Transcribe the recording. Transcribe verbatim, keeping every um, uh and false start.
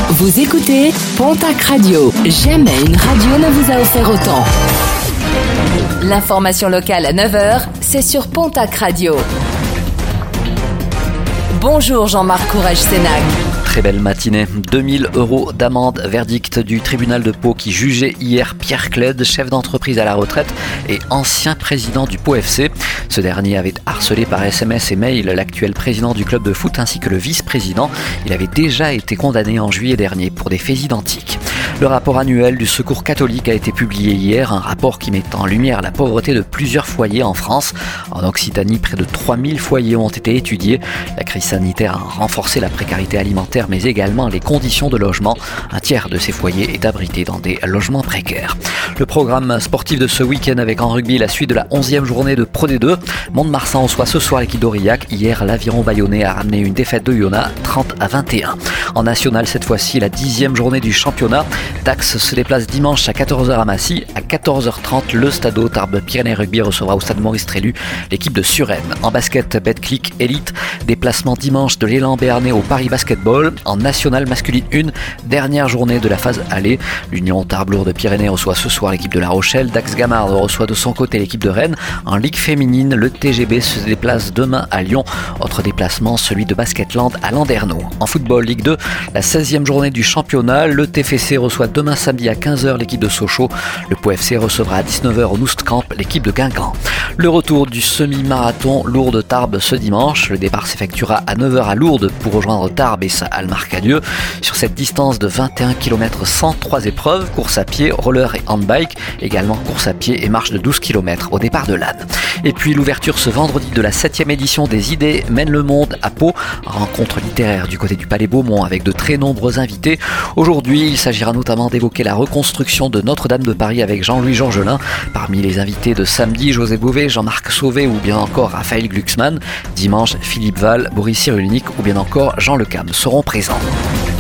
Vous écoutez Pontac Radio. Jamais une radio ne vous a offert autant. L'information locale à neuf heures, c'est sur Pontac Radio. Bonjour Jean-Marc Courage-Sénac. Très belle matinée. deux mille euros d'amende, verdict du tribunal de Pau qui jugeait hier Pierre Clède, chef d'entreprise à la retraite et ancien président du Pau F C. Ce dernier avait harcelé par S M S et mail l'actuel président du club de foot ainsi que le vice-président. Il avait déjà été condamné en juillet dernier pour des faits identiques. Le rapport annuel du Secours catholique a été publié hier, un rapport qui met en lumière la pauvreté de plusieurs foyers en France. En Occitanie, près de trois mille foyers ont été étudiés. La crise sanitaire a renforcé la précarité alimentaire, mais également les conditions de logement. Un tiers de ces foyers est abrité dans des logements précaires. Le programme sportif de ce week-end avec en rugby la suite de la onzième journée de Pro D deux. Mont-de-Marsan reçoit ce soir l'équipe d'Aurillac. Hier, l'Aviron Bayonnais a ramené une défaite de Yona, trente à vingt et un. En national, cette fois-ci, la dixième journée du championnat. Dax se déplace dimanche à quatorze heures à Massy. À quatorze heures trente, le Stade Tarbes Pyrénées Rugby recevra au stade Maurice Trélu l'équipe de Suresnes. En basket, Betclic Elite, déplacement dimanche de l'élan béarnais au Paris Basketball. En national masculine un, dernière journée de la phase aller. L'Union Tarbes-Lourdes Pyrénées reçoit ce soir l'équipe de La Rochelle. Dax Gamard reçoit de son côté l'équipe de Rennes. En Ligue féminine, le T G B se déplace demain à Lyon. Autre déplacement, celui de Basketland à Landerneau. En football, Ligue deux, la seizième journée du championnat. Le T F C reçoit demain samedi à quinze heures l'équipe de Sochaux. Le Pau F C recevra à dix-neuf heures au Noustcamp l'équipe de Guingamp. Le retour du semi-marathon Lourdes-Tarbes ce dimanche. Le départ s'effectuera à neuf heures à Lourdes pour rejoindre Tarbes et sa halle Marcadieu. Sur cette distance de vingt et un kilomètres, cent trois épreuves, course à pied, roller et handbike, également course à pied et marche de douze kilomètres au départ de l'Anne. Et puis l'ouverture ce vendredi de la septième édition des Idées mène le monde à Pau. Rencontre littéraire du côté du Palais Beaumont avec de très nombreux invités. Aujourd'hui, il s'agira notamment d'évoquer la reconstruction de Notre-Dame de Paris avec Jean-Louis Georgelin. Parmi les invités de samedi, José Bové, Jean-Marc Sauvé ou bien encore Raphaël Glucksmann. Dimanche, Philippe Val, Boris Cyrulnik ou bien encore Jean Le Cam seront présents.